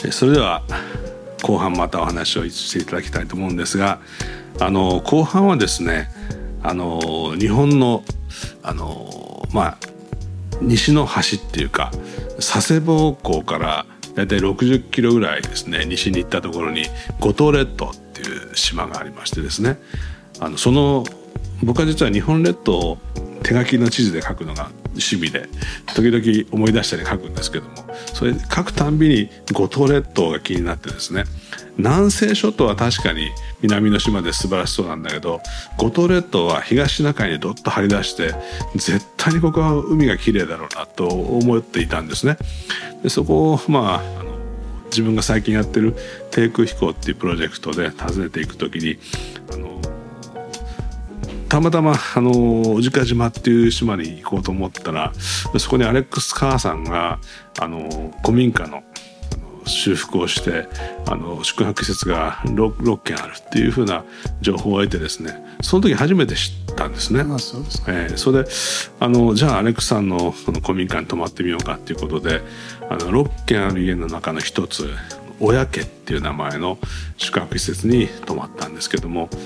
それでは後半またお話をしていただきたいと思うんですが、後半はですね、日本の、西の端っていうか佐世保港からだいたい60キロぐらいですね、西に行ったところに五島列島っていう島がありましてですね、僕は実は日本列島を手書きの地図で書くのが趣味で、時々思い出したり書くんですけども、それ書くたんびに五島列島が気になってですね、南西諸島は確かに南の島で素晴らしそうなんだけど、五島列島は東シナ海にどっと張り出して絶対にここは海がきれいだろうなと思っていたんですね。でそこを自分が最近やってる低空飛行っていうプロジェクトで訪ねていくときにたまたま小値賀島っていう島に行こうと思ったら、そこにアレックス・カーさんが古民家の修復をして宿泊施設が 6軒あるっていう風な情報を得てですね、その時初めて知ったんですね。 そうですか。 それでじゃあアレックスさんの古民家に泊まってみようかっていうことで6軒ある家の中の一つ親家っていう名前の宿泊施設に泊まったんですけども、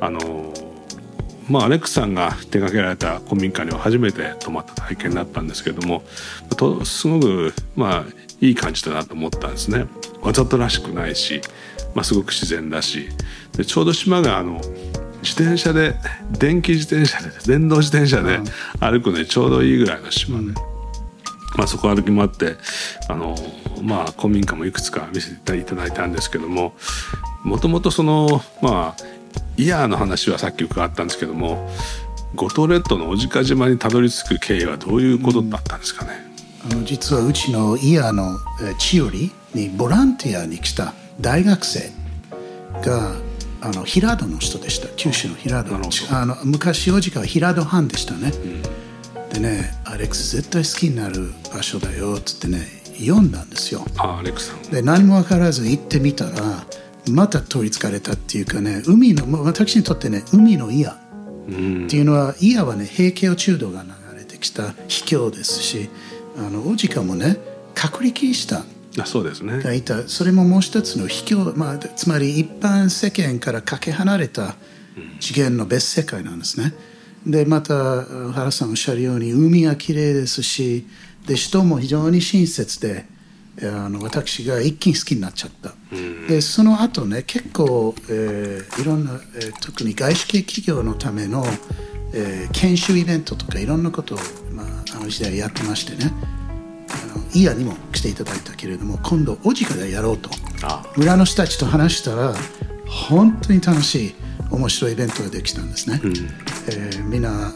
アレックスさんが手掛けられた古民家には初めて泊まった体験だったんですけども、すごくいい感じだなと思ったんですね。わざとらしくないし、すごく自然だし、でちょうど島が自転車で電動自転車で歩くのにちょうどいいぐらいの島で、そこ歩き回って古民家もいくつか見せていただいたんですけども、もともとイヤーの話はさっき伺ったんですけども、五島列島の小値賀島にたどり着く経緯はどういうことだったんですかね。 実はうちのイヤーの千織にボランティアに来た大学生が平戸の人でした。九州の平戸。昔小値賀は平戸藩でしたね。でね、アレックス絶対好きになる場所だよっつってね読んだんですよ。 アレックスさん。 で何も分からず行ってみたらまた取りつかれたっていうかね、私にとってね海のイヤっていうのは、イヤはね平家中道が流れてきた秘境ですし、小値賀もね隔離したそうですねがいた。それももう一つの秘境、つまり一般世間からかけ離れた次元の別世界なんですね。でまた原さんおっしゃるように海がきれいですし、で人も非常に親切で、私が一気に好きになっちゃった。でその後ね結構、いろんな、特に外資系企業のための、研修イベントとかいろんなことを、時代やってましてね、イヤにも来ていただいたけれども、今度小値賀でやろうと村の人たちと話したら本当に楽しい面白いイベントができたんですね。みんな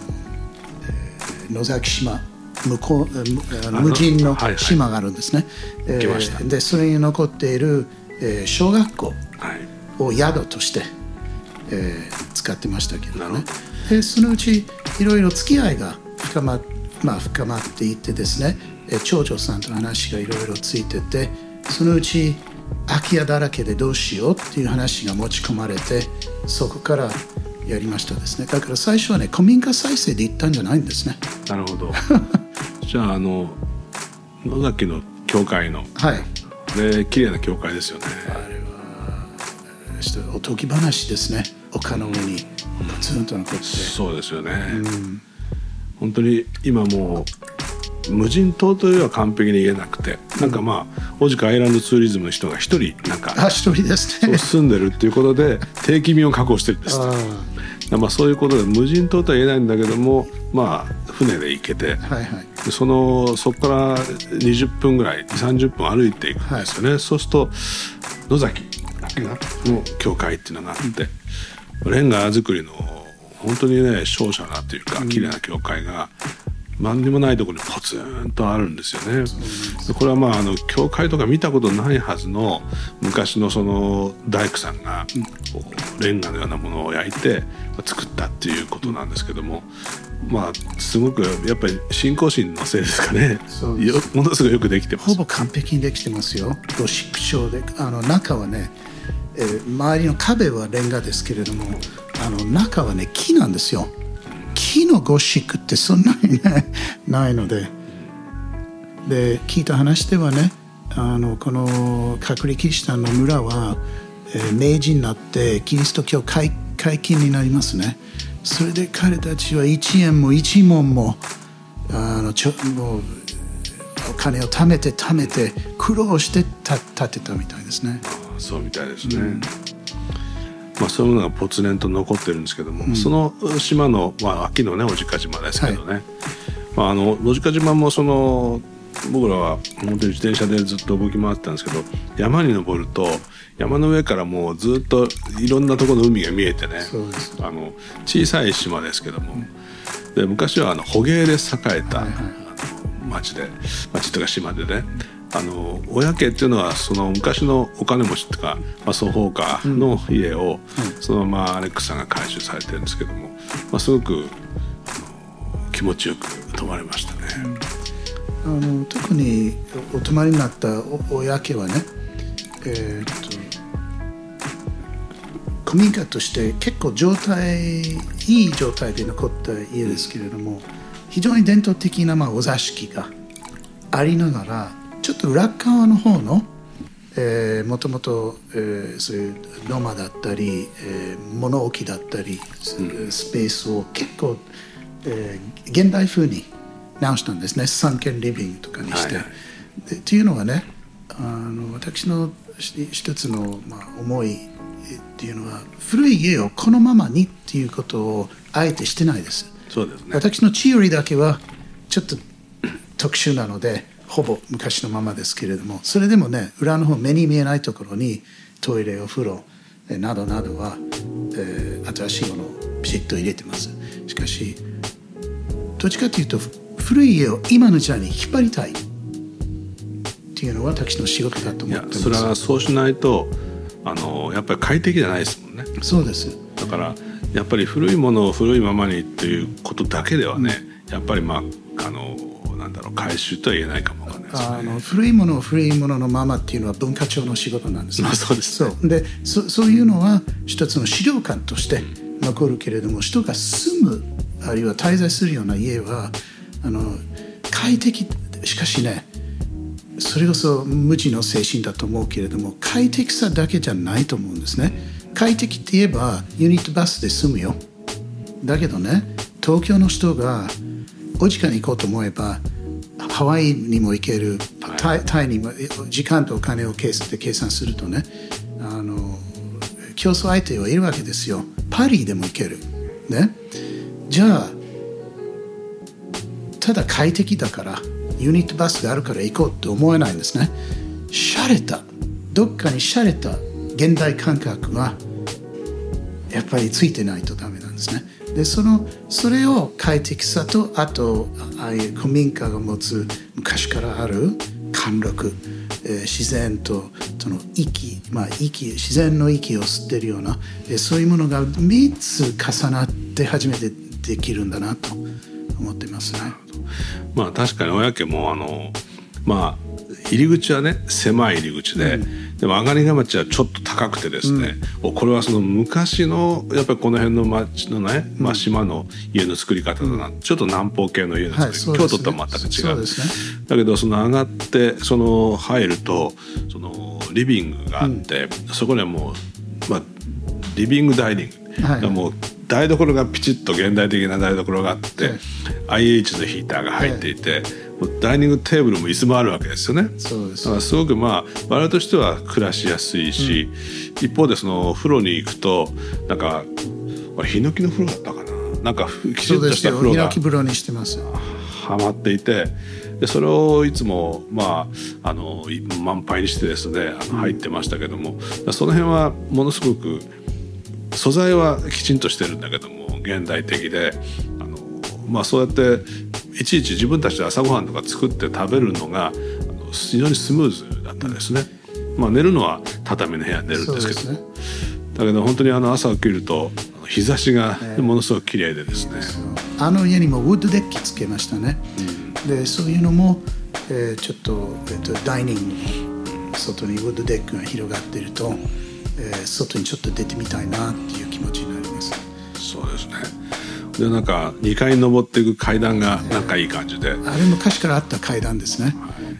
野崎島無人の島があるんですね。でそれに残っている、小学校を宿として、使ってましたけどね。でそのうちいろいろ付き合いが深まっていってですね、長女さんと話がいろいろついてて、そのうち空き家だらけでどうしようっていう話が持ち込まれて、そこからやりましたですね。だから最初はね古民家再生で行ったんじゃないんですね。なるほどじゃあ野崎の教会の、綺麗な教会ですよね。 あれはおとぎ話ですね。丘の上にポツンと残って、 そうですよね。本当に今もう無人島というのは完璧に言えなくて、小値賀アイランドツーリズムの人が一人一人ですね、 住んでるっていうことで定期便を確保してるんです。そういうことで無人島とは言えないんだけども、船で行けて、そこから20分ぐらい30分歩いていくんですよね。そうすると野崎の教会っていうのがあって、レンガ造りの本当にね瀟洒なというか綺麗な教会が何にもないところにポツンとあるんですよね。これは教会とか見たことないはずの昔のその大工さんがレンガのようなものを焼いて作ったっていうことなんですけども、すごくやっぱり信仰心のせいですかね。ものすごいよくできてます。 ほぼ完璧にできてますよ。ゴシック調で中はね、周りの壁はレンガですけれども、中はね木なんですよ。木のゴシックってそんなにねないので、聞いた話ではね、 このカリキリシタンの村は、明治になってキリスト教解禁になりますね。それで彼たちは1円も1文ももうお金を貯めて苦労して建てたみたいですね。 そうみたいですね。そういうものがぽつねんと残ってるんですけども、その島の、秋のね小値賀島ですけどね、小値賀島も僕らは本当に自転車でずっと動き回ってたんですけど、山に登ると山の上からもうずっといろんなところの海が見えてね、小さい島ですけども、で昔は捕鯨で栄えた町というか島でね、小谷家っていうのはその昔のお金持ちとか、双方家の家をそのままアレックスさんが改修されてるんですけども、すごく気持ちよく泊まれましたね。 特にお泊まりになった小谷家はね、古民家として結構いい状態で残った家ですけれども、非常に伝統的なお座敷がありながら、ちょっと裏側の方のもともとそういう土間だったり、物置だったり、スペースを結構、現代風に直したんですね。サンケンリビングとかにして、っていうのはね、私の一つの思いっていうのは、古い家をこのままにっていうことをあえてしてないです。 そうですね。 私のチオリだけはちょっと特殊なのでほぼ昔のままですけれども、それでもね、裏の方目に見えないところにトイレお風呂などなどは、新しいものをピシッと入れてます。しかしどっちかというと古い家を今の時代に引っ張りたいっていうのは私の仕事だと思ってます。 それはそうしないとやっぱり快適じゃないですもんね。 そうです。 だからやっぱり古いものを古いままにっていうことだけではね、やっぱり回収とは言えないかもわかんないですね。 古いものを古いもののままっていうのは文化庁の仕事なんですね。 そうですね。 そういうのは一つの資料館として残るけれども、人が住むあるいは滞在するような家は快適、しかしね、それこそ無知の精神だと思うけれども、快適さだけじゃないと思うんですね。快適って言えばユニットバスで住むよ。だけどね、東京の人がお時間に行こうと思えばハワイにも行ける、タイにも、時間とお金を計算するとね、競争相手はいるわけですよ。パリでも行ける、ね、じゃあただ快適だからユニットバスがあるから行こうって思えないんですね。どっかに洒落た現代感覚がやっぱりついてないとダメなんですね。でそれを快適さと、あとああいう古民家が持つ昔からある貫禄、自然とその自然の息を吸ってるような、そういうものが3つ重なって初めてできるんだなと思ってますね。 確かに親家も入り口はね狭い入り口で、でも上が町はちょっと高くてですね、これはその昔のやっぱりこの辺の町のね、島の家の作り方だな、ちょっと南方系の家の作り、京都とは全く違う。だけどその上がって入るとそのリビングがあって、そこにはもう、リビングダイニングがもう台所がピチッと現代的な台所があって、IH のヒーターが入っていて、ダイニングテーブルも椅子もあるわけですよね。 そうです。 だからすごく我々としては暮らしやすいし、一方でその風呂に行くとこれヒノキの風呂だったかな、きちっとした風呂がヒノキ風呂にしてます。 はまっていて、でそれをいつも満杯にしてですね入ってましたけども、その辺はものすごく素材はきちんとしてるんだけども現代的で、そうやっていちいち自分たちで朝ごはんとか作って食べるのが非常にスムーズだったですね。寝るのは畳の部屋で寝るんですけど、だけど本当に朝起きると日差しがものすごく綺麗でですね、 家にもウッドデッキつけましたね。でそういうのも、ちょっと、ダイニングの外にウッドデックが広がっていると、外にちょっと出てみたいなっていう気持ちになります。 そうですね。で2階に登っていく階段がいい感じで、 あれ昔からあった階段ですね。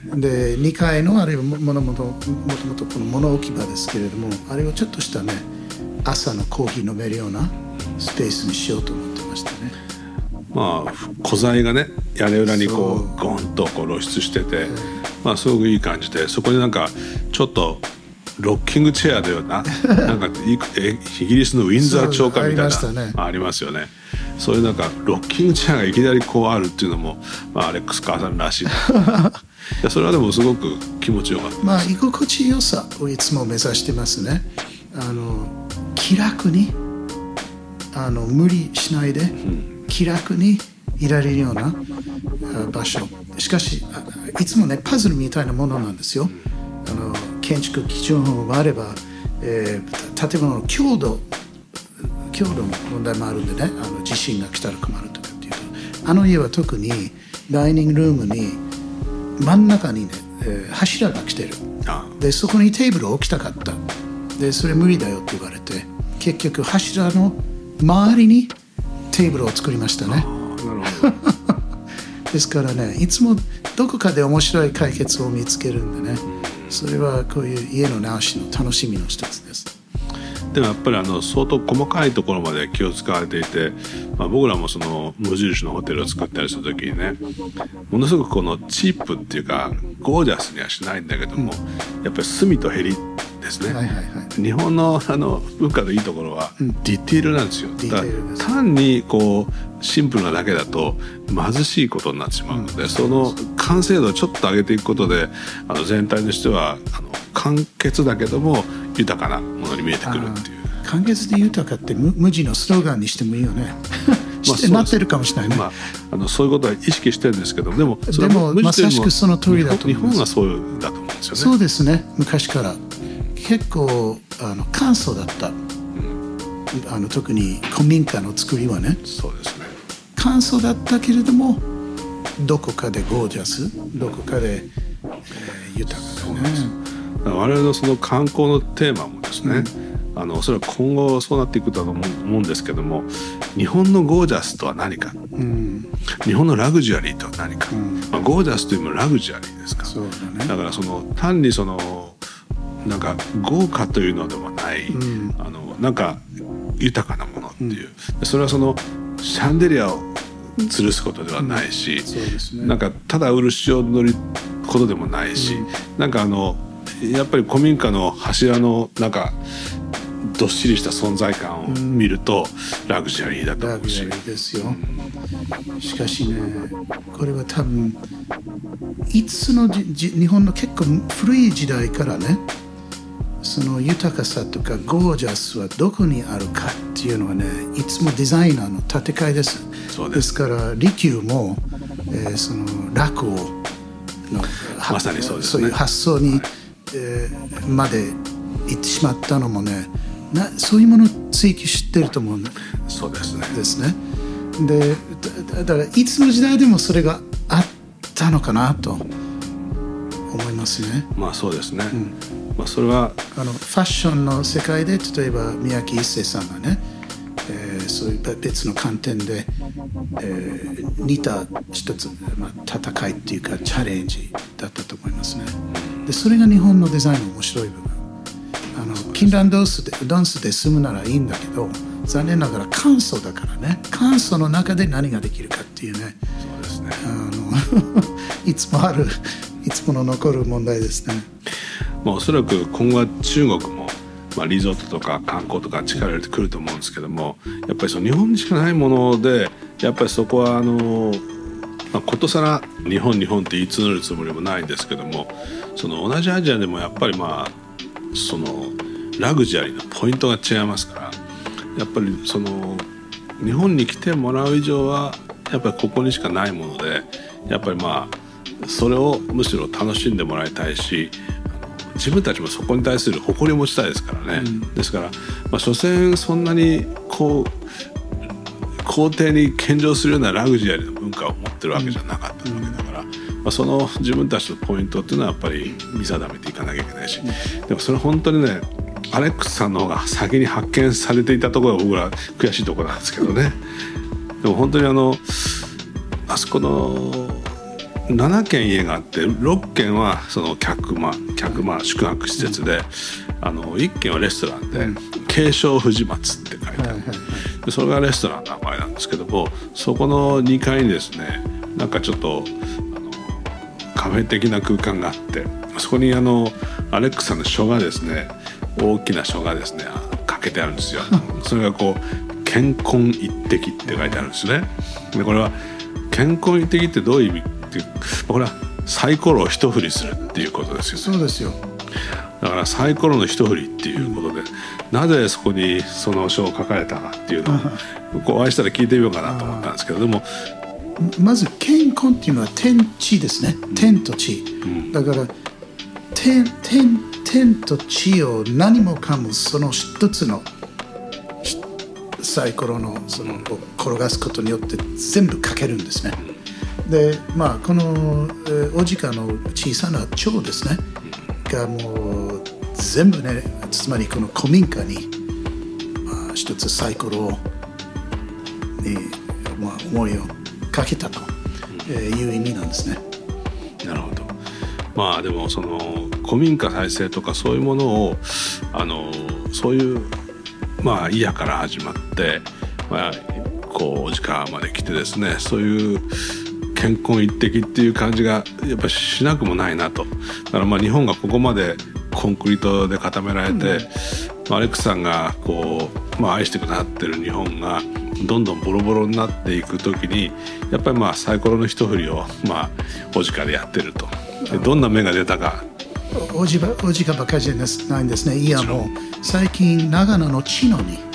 で2階のあれはもともとこの物置き場ですけれども、あれをちょっとしたね朝のコーヒー飲めるようなスペースにしようと思ってましたね。 まあ古材がね屋根裏にこうゴンとこう露出してて、まあすごくいい感じで、そこになんかちょっとロッキングチェアではなんかイギリスのウィンザー朝刊みたいなありますよね。そういうなんかロッキングチェアがいきなりこうあるっていうのも、まあ、アレックス母さんらしいそれはでもすごく気持ちよかった。 まあ居心地よさをいつも目指してますね。気楽に無理しないで、気楽にいられるような場所。しかしいつもねパズルみたいなものなんですよ。建築基準法があれば、建物の強度の問題もあるんでね、地震が来たら困るとかっていうと、家は特にダイニングルームに真ん中にね、柱が来てる。でそこにテーブルを置きたかった。でそれ無理だよって言われて、結局柱の周りにテーブルを作りましたね。ですからね、いつもどこかで面白い解決を見つけるんでね、それはこういう家の直しの楽しみの一つです。 でもやっぱり相当細かいところまで気を使われていて、まあ、僕らもその無印のホテルを作ったりする時にね、ものすごくこのチープっていうかゴージャスにはしないんだけども、やっぱり隅とへりですね、日本の文化のいいところはディティールなんですよ。だから単にこうシンプルなだけだと貧しいことになってしまうので、その完成度をちょっと上げていくことで全体としては簡潔だけども豊かなものに見えてくるっていう。 簡潔で豊かって無地のスローガンにしてもいいよねしてなってるかもしれないね。 そういうことは意識してるんですけど、でもまさしくその通りだと思います。 日本がそうだと思うんですよね。 そうですね。昔から結構簡素だった、特に古民家の作りはね、 そうですね、 簡素だったけれどもどこかでゴージャス、どこかで、豊かだね。 我々のその観光のテーマもですね、おそらく今後そうなっていくとは思うんですけども、日本のゴージャスとは何か、日本のラグジュアリーとは何か、ゴージャスというよりもラグジュアリーですか。 そうだね。 だから単になんか豪華というのでもない、なんか豊かなものっていう、それはシャンデリアを吊るすことではないし、 そうですね、 なんかただ漆を塗ることでもないし、なんかやっぱり古民家の柱のなんかどっしりした存在感を見るとラグジュアリーだと思うし、 ラグジュアリーですよ。しかしね、これは多分いつの日本の結構古い時代からね、その豊かさとかゴージャスはどこにあるかっていうのはね、いつもデザイナーの建て替えです。ですから利休も、その楽をまさにそうですね、 そういう発想に、まで行ってしまったのもね、そういうものを追求してると思うんですね。 そうですね。 でだからいつの時代でもそれがあったのかなと思いますね。 まあそうですね、それはファッションの世界で例えば宮城一生さんがね、そういう別の観点で、似た一つ、戦いっていうかチャレンジだったと思いますね。でそれが日本のデザインの面白い部分。キンランドダンスで済むならいいんだけど、残念ながら簡素だからね、簡素の中で何ができるかっていうね、 そうですねいつもの残る問題ですね。 おそらく今後は中国も、リゾートとか観光とか力入れてくると思うんですけども、やっぱり日本にしかないもので、やっぱりそこはことさら日本って言い募るつもりもないんですけども、同じアジアでもやっぱりラグジュアリーのポイントが違いますから、やっぱり日本に来てもらう以上はやっぱりここにしかないもので、やっぱりそれをむしろ楽しんでもらいたいし、自分たちもそこに対する誇りを持ちたいですからね、ですから、所詮そんなに皇帝に献上するようなラグジュアリーの文化を持ってるわけじゃなかったわけだから、その自分たちのポイントっていうのはやっぱり見定めていかなきゃいけないし、でもそれ本当にね、アレックスさんの方が先に発見されていたところが僕ら悔しいところなんですけどね。でも本当にあそこの 7軒家があって6軒はその客間宿泊施設で、1軒はレストランで、慶祥藤松って書いてある、でそれがレストランの名前なんですけども、そこの2階にですねなんかちょっとカフェ的な空間があって、そこにアレックスさんの書がですね、大きな書がですねかけてあるんですよ。それがこう健康一滴って書いてあるんですね。でこれは健康一滴ってどういう意味っていう、これはサイコロを一振りするっていうことですよね。 そうですよ。 だからサイコロの一振りっていうことで、なぜそこにその書を書かれたかっていうのをお会いしたら聞いてみようかなと思ったんですけど、でもまず健康っていうのは天地ですね。天と地、だから天と地を何もかもその一つのサイコロのその転がすことによって全部かけるんですね。でこのオジカの小さな蝶ですねがもう全部ね、つまりこの古民家に、一つサイコロに、思いをかけたという意味なんですね。 なるほど。でもその古民家再生とかそういうものをそういう家から始まって、こう時間まで来てですね、そういう健康一滴っていう感じがやっぱりしなくもないなと。だから日本がここまでコンクリートで固められて、アレックスさんがこう、愛してくださってる日本がどんどんボロボロになっていく時に、やっぱりサイコロの一振りをオジカでやってると。でどんな芽が出たか。 オジカばかりじゃないんですね。いやもう最近長野の茅野に、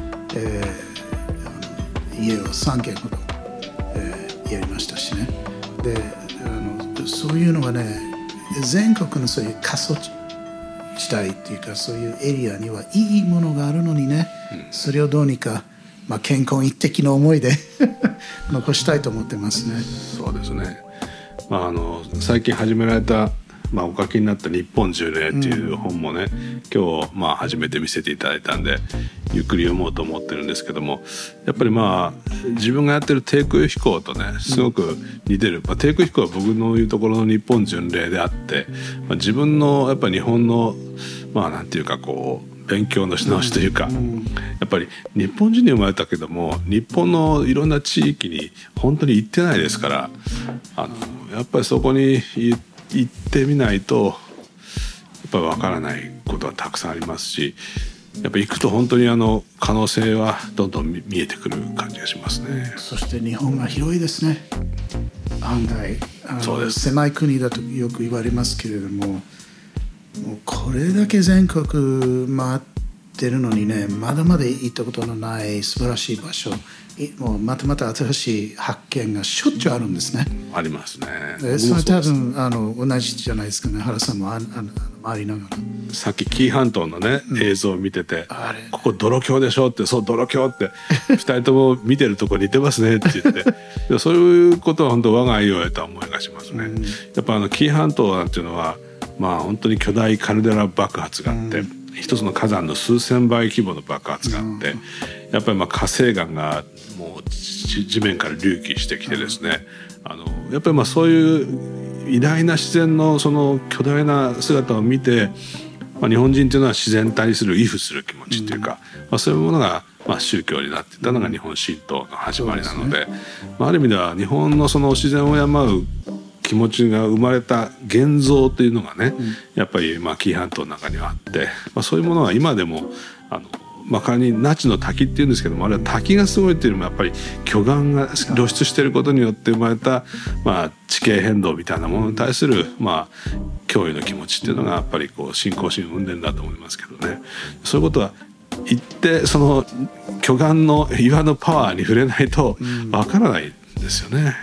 家を3軒ほど、やりましたしね。でそういうのがね、全国のそういう過疎地帯っていうか、そういうエリアにはいいものがあるのにね、それをどうにか、健康一滴の思いで残したいと思ってますね。 そうですね。最近始められた、お書きになった日本巡礼っていう本もね、今日初めて見せていただいたんでゆっくり読もうと思ってるんですけども、やっぱり自分がやってる低空飛行とねすごく似てる。低空飛行は僕の言うところの日本巡礼であって、自分のやっぱり日本のなんていうかこう勉強のし直しというか、やっぱり日本人に生まれたけども日本のいろんな地域に本当に行ってないですから、やっぱりそこに行ってみないとやっぱり分からないことはたくさんありますし、やっぱり行くと本当に可能性はどんどん見えてくる感じがしますね。 そして日本が広いですね。案外そうです。 狭い国だとよく言われますけれども、もうこれだけ全国回ってるのにね、まだまだ行ったことのない素晴らしい場所、もうまたまた新しい発見がしょっちゅうあるんですね。 ありますね。 それ多分同じじゃないですかね。原さんも回りながらさっき紀伊半島のね、映像を見てて、ここ泥峡でしょって、そう泥峡って2人とも見てるとこ似てますねって言ってそういうことは本当我が家を得た思いがしますね。やっぱ紀伊半島なんていうのは本当に巨大カルデラ爆発があって、一つの火山の数千倍規模の爆発があって、やっぱり火成岩がもう地面から隆起してきてですね、やっぱりそういう偉大な自然のその巨大な姿を見て、日本人というのは自然に対する畏怖する気持ちというか、そういうものが宗教になっていったのが日本神道の始まりなので、ある意味では日本のその自然を敬う気持ちが生まれた現像というのがね、やっぱり紀伊半島の中にはあって、そういうものは今でも仮に那智の滝っていうんですけども、あれは滝がすごいっていうのもやっぱり巨岩が露出していることによって生まれた、地形変動みたいなものに対する脅威の気持ちっていうのがやっぱりこう信仰心を生んでるんだと思いますけどね。そういうことは言ってその巨岩の岩のパワーに触れないとわからないんですよね。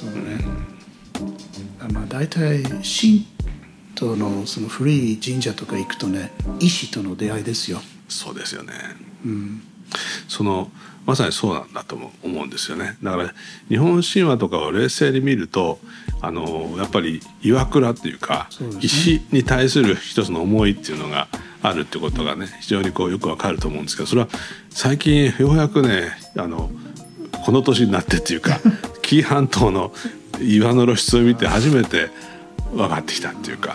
大体神道のその古い神社とか行くとね、石との出会いですよ。 そうですよね。まさにそうなんだと思うんですよね。だから日本神話とかを冷静に見るとやっぱり岩倉っていうか、石に対する一つの思いっていうのがあるってことがね、非常にこうよくわかると思うんですけど、それは最近ようやくねこの年になってっていうか紀伊半島の岩の露出を見て初めて分かってきたっていうか、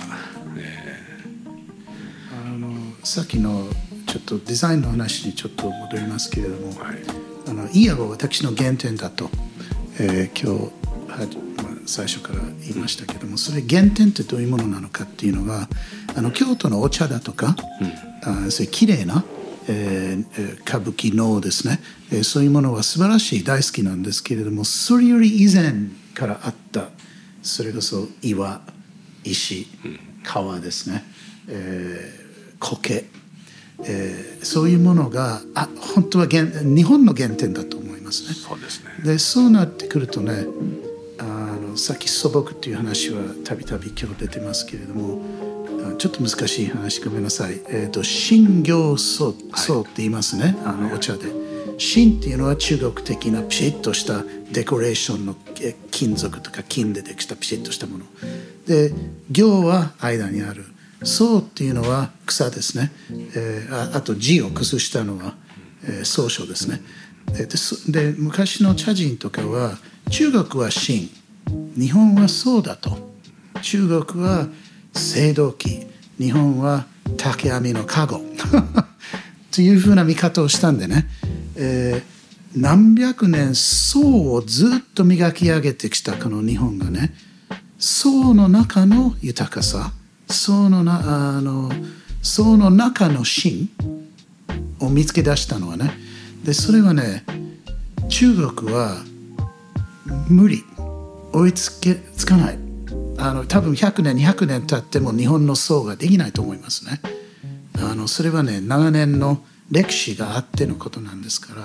さっきのちょっとデザインの話にちょっと戻りますけれども、イヤは私の原点だと、今日最初から言いましたけども、それ原点ってどういうものなのかっていうのが、京都のお茶だとか、そういう綺麗な、歌舞伎能ですね、そういうものは素晴らしい、大好きなんですけれども、それより以前からあったそれこそ岩、石、川ですね、苔、そういうものが本当は日本の原点だと思いますね。 そうですね。 でそうなってくるとね、さっき素朴っていう話はたびたび今日出てますけれども、ちょっと難しい話、ごめんなさい。真行草って言いますね、お茶で。真っていうのは中国的なピシッとしたデコレーションの金属とか金でできたピシッとしたもので、行は間にある、草っていうのは草ですね、あと字を崩したのは、草書ですね。で昔の茶人とかは中国は真、日本は草だと。中国は青銅器、日本は竹編みの籠というふうな見方をしたんでね、何百年草をずっと磨き上げてきたこの日本がね、草の中の豊かさ、草の中の真を見つけ出したのはね、でそれはね、中国は無理、追いつかない。多分100年200年経っても日本の草ができないと思いますね。それはね、長年の歴史があってのことなんですから、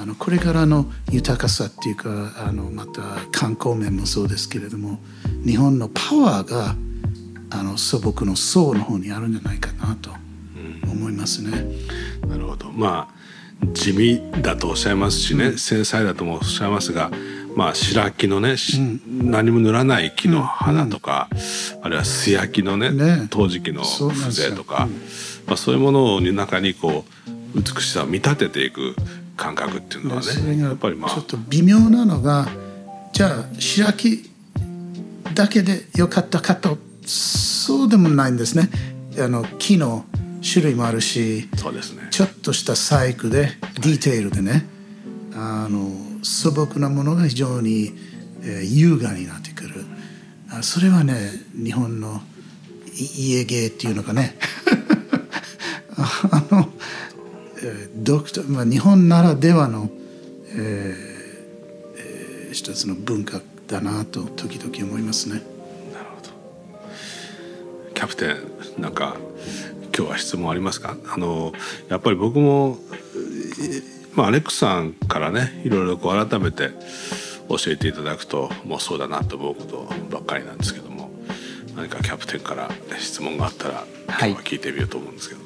これからの豊かさっていうか、また観光面もそうですけれども、日本のパワーが素朴の草の方にあるんじゃないかなと思いますね。 なるほど。地味だとおっしゃいますしね、繊細だともおっしゃいますが、白木のね、何も塗らない木の花とか、あるいは素焼きのね、陶磁器の風情とか、そういうものの中にこう美しさを見立てていく感覚っていうのはね、 それがやっぱりちょっと微妙なのが、じゃあ白木だけでよかったかと、そうでもないんですね。木の種類もあるし、 そうですね、 ちょっとした細工でディテールでね、素朴なものが非常に、優雅になってくる。それはね、日本の家芸っていうのかね日本ならではの、一つの文化だなと時々思いますね。 なるほど。キャプテン、なんか今日は質問ありますか？やっぱり僕も、アレックスさんからね、いろいろこう改めて教えていただくと、もうそうだなと思うことばっかりなんですけども、何かキャプテンから質問があったら今日は聞いてみようと思うんですけど。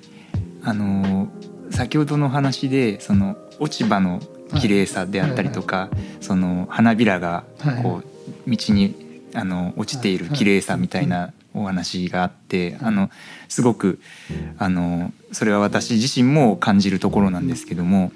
先ほどの話でその落ち葉の綺麗さであったりとか、その花びらがこう道に落ちている綺麗さみたいなお話があって、すごくそれは私自身も感じるところなんですけども、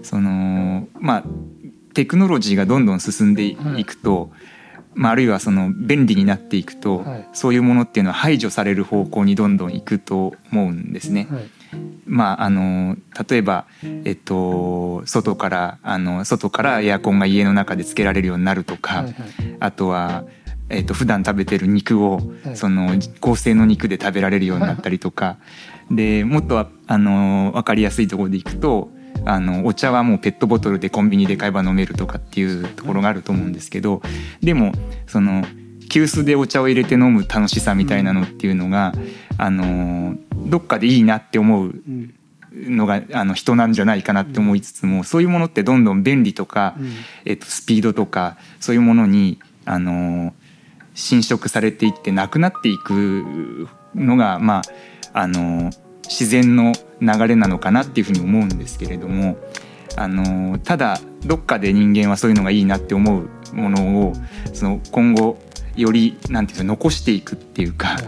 テクノロジーがどんどん進んでいくと、あるいはその便利になっていくと、そういうものっていうのは排除される方向にどんどんいくと思うんですね。例えば、外からエアコンが家の中でつけられるようになるとか、あとは、普段食べてる肉をその合成の肉で食べられるようになったりとかで、もっと分かりやすいところでいくと、お茶はもうペットボトルでコンビニで買えば飲めるとかっていうところがあると思うんですけど、でもその急須でお茶を入れて飲む楽しさみたいなのっていうのが、どっかでいいなって思うのが人なんじゃないかなって思いつつも、そういうものってどんどん便利とか、スピードとかそういうものに侵食されていってなくなっていくのが、自然の流れなのかなっていうふうに思うんですけれども、ただどっかで人間はそういうのがいいなって思うものをその今後よりなんていうか残していくっていうか、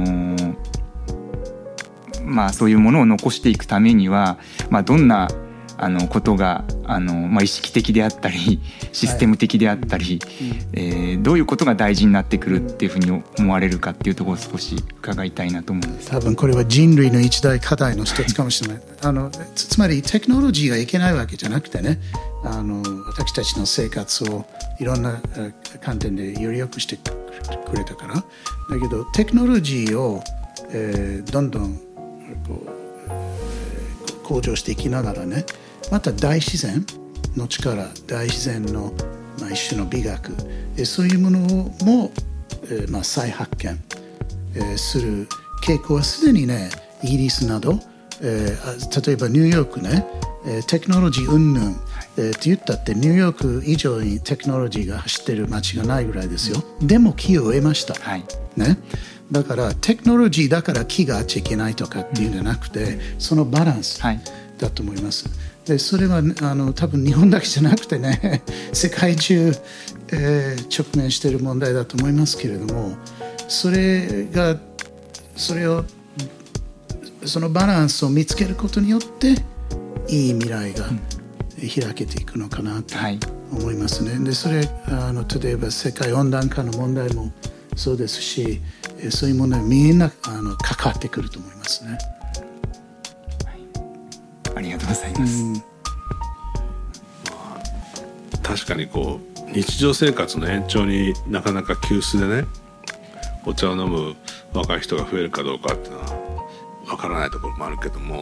そういうものを残していくためには、どんなことが意識的であったりシステム的であったり、どういうことが大事になってくるっていうふうに思われるかっていうところを少し伺いたいなと思うんです。 多分これは人類の一大課題の一つかもしれない。つまりテクノロジーがいけないわけじゃなくてね、私たちの生活をいろんな観点でより良くしてくれたから。だけどテクノロジーを、どんどん向上していきながらね、また大自然の力、大自然の、一種の美学、そういうものも、再発見、する傾向はすでにね、イギリスなど、例えばニューヨークね、テクノロジー云々、って言ったってニューヨーク以上にテクノロジーが走ってる街がないぐらいですよ。でも木を植えました、ね。だからテクノロジーだから木があっちゃいけないとかっていうんじゃなくて、そのバランスだと思います。でそれは多分日本だけじゃなくてね、世界中、直面している問題だと思いますけれども、そのバランスを見つけることによっていい未来が開けていくのかなと思いますね。でそれ例えば世界温暖化の問題もそうですし、そういう問題みんな関わってくると思いますね。 ありがとうございます。 確かに日常生活の延長になかなか急須でね、お茶を飲む若い人が増えるかどうかっていうのは分からないところもあるけども、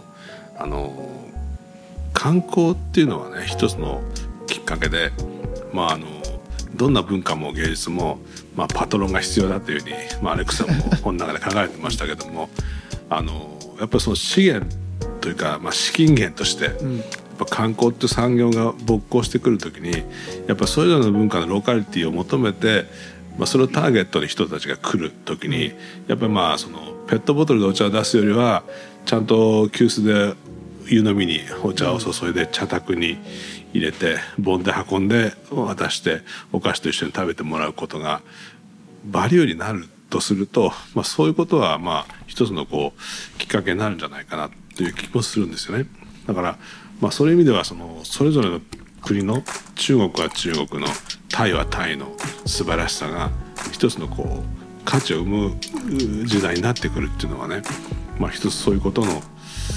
観光っていうのはね、一つのきっかけで、どんな文化も芸術も、パトロンが必要だというふうに、アレックさんも本の中で考えてましたけどもやっぱりその資源というか、資金源として、やっぱ観光っていう産業が勃興してくるときに、やっぱそれぞれの文化のローカリティを求めて、それをターゲットに人たちが来るときに、やっぱりそのペットボトルでお茶を出すよりはちゃんと急須で湯飲みにお茶を注いで茶卓に入れて盆で運んで渡してお菓子と一緒に食べてもらうことがバリューになるとすると、そういうことは一つのきっかけになるんじゃないかなという気もするんですよね。だからそういう意味ではそれぞれの国の、中国は中国の、タイはタイの素晴らしさが一つの価値を生む時代になってくるっていうのはね、一つそういうことの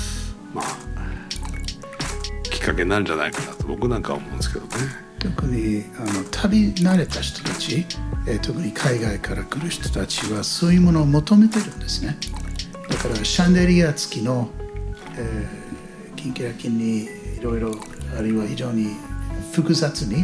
きっかけになるんじゃないかなと僕なんかは思うんですけどね。 特に旅慣れた人たち、特に海外から来る人たちはそういうものを求めてるんですね。だからシャンデリア付きの、キンキラキンにいろいろ、あるいは非常に複雑に、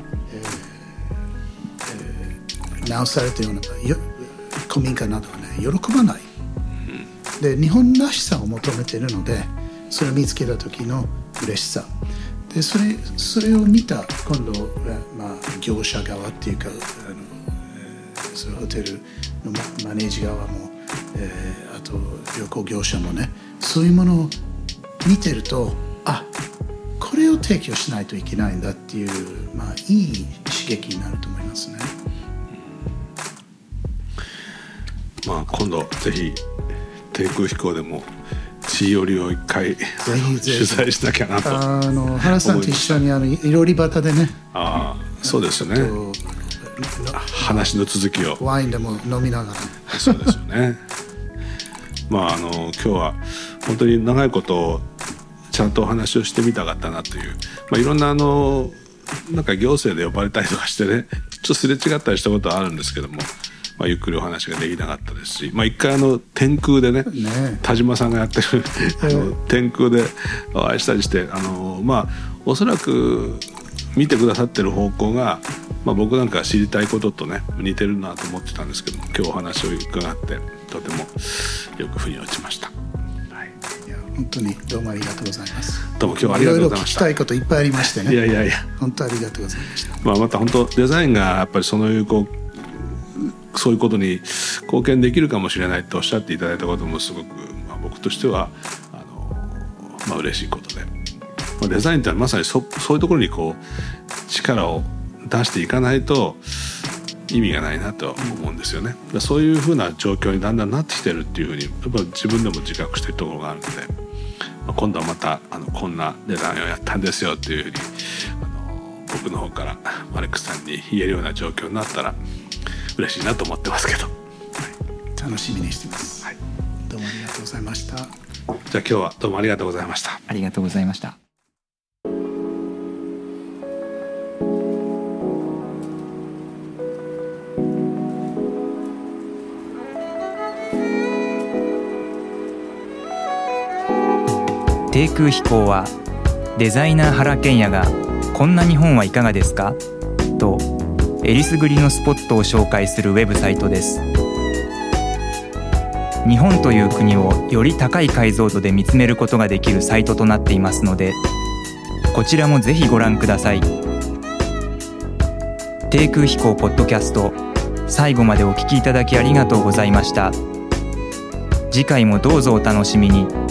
直されたような古民家などはね、喜ばない、で日本らしさを求めているので、それを見つけた時の嬉しさで、それを見た今度、業者側っていうかそのホテルのマネージ側も、あと旅行業者もね、そういうものを見てると、これを提供しないといけないんだっていう、いい刺激になると思いますね。 今度ぜひ低空飛行でも地寄りを一回取材しなきゃなと原さんと一緒にいろり端でね、 そうですよね、話の続きをワインでも飲みながらそうですよね今日は本当に長いことちゃんとお話をしてみたかったなという、いろんななんか行政で呼ばれたりとかしてね、ちょっとすれ違ったりしたことはあるんですけども、ゆっくりお話ができなかったですし、一回天空でね田島さんがやってる天空でお会いしたりして、おそらく見てくださってる方向が、僕なんか知りたいこととね似てるなと思ってたんですけども、今日お話を伺ってとてもよく腑に落ちました。 本当にどうもありがとうございます。 どうも今日はありがとうございました。 いろいろ聞きたいこといっぱいありましてね。 いや本当ありがとうございました。 また本当デザインがやっぱりそういうことに貢献できるかもしれないとおっしゃっていただいたこともすごく、僕としては嬉しいことで、デザインってまさにそういうところに力を出していかないと意味がないなと思うんですよね。そういうふうな状況にだんだんなってきてるっていうふうにやっぱ自分でも自覚しているところがあるので、 今度はまたこんなデザインをやったんですよっていうふうに僕の方からマレックスさんに言えるような状況になったら嬉しいなと思ってますけど、はい、 楽しみにしてます、はい、どうもありがとうございました。じゃあ今日はどうもありがとうございました。 ありがとうございました。低空飛行はデザイナー原健也がこんな日本はいかがですかとえりすぐりのスポットを紹介するウェブサイトです。日本という国をより高い解像度で見つめることができるサイトとなっていますので、こちらもぜひご覧ください。低空飛行ポッドキャスト、最後までお聞きいただきありがとうございました。次回もどうぞお楽しみに。